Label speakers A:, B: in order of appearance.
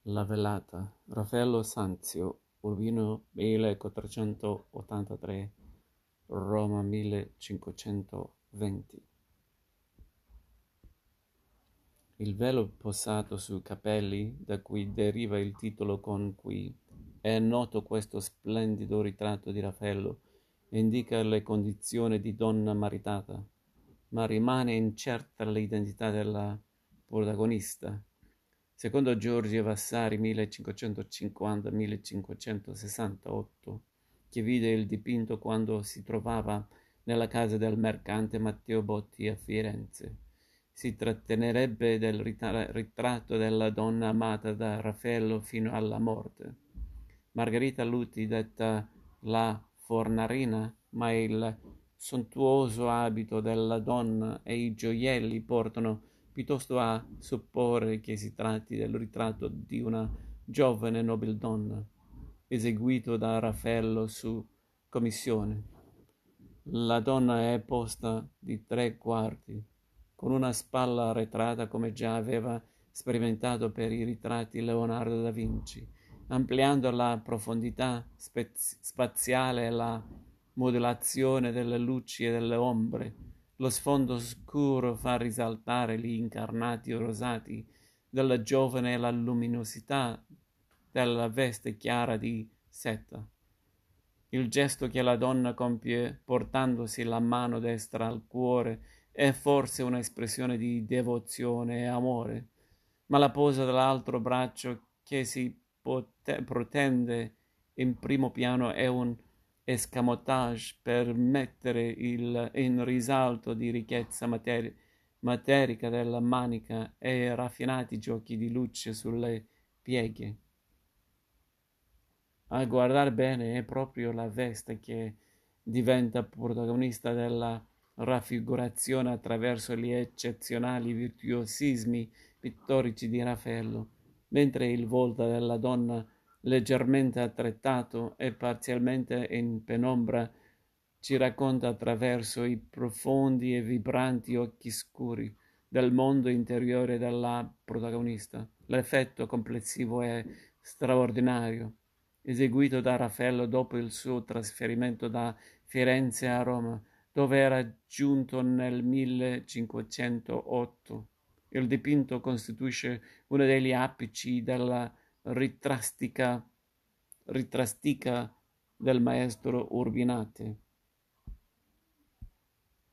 A: La velata, Raffaello Sanzio, Urbino 1483, Roma 1520. Il velo posato sui capelli, da cui deriva il titolo con cui è noto questo splendido ritratto di Raffaello, indica le condizioni di donna maritata, ma rimane incerta l'identità della protagonista. Secondo Giorgio Vasari 1550-1568, che vide il dipinto quando si trovava nella casa del mercante Matteo Botti a Firenze, si trattenerebbe del ritratto della donna amata da Raffaello fino alla morte. Margherita Luti, detta la Fornarina, ma il sontuoso abito della donna e i gioielli portano piuttosto a supporre che si tratti del ritratto di una giovane nobildonna, eseguito da Raffaello su commissione. La donna è posta di 3 quarti, con una spalla arretrata come già aveva sperimentato per i ritratti Leonardo da Vinci, ampliando la profondità spaziale e la modulazione delle luci e delle ombre. Lo sfondo scuro fa risaltare gli incarnati rosati della giovane e la luminosità della veste chiara di seta. Il gesto che la donna compie portandosi la mano destra al cuore è forse un'espressione di devozione e amore, ma la posa dell'altro braccio che si protende in primo piano è un escamotage per mettere in risalto di ricchezza materica della manica e raffinati giochi di luce sulle pieghe. A guardar bene è proprio la veste che diventa protagonista della raffigurazione attraverso gli eccezionali virtuosismi pittorici di Raffaello, mentre il volto della donna, leggermente attrettato e parzialmente in penombra, ci racconta attraverso i profondi e vibranti occhi scuri del mondo interiore della protagonista. L'effetto complessivo è straordinario, eseguito da Raffaello dopo il suo trasferimento da Firenze a Roma, dove era giunto nel 1508. Il dipinto costituisce uno degli apici della ritrastica del maestro Urbinate.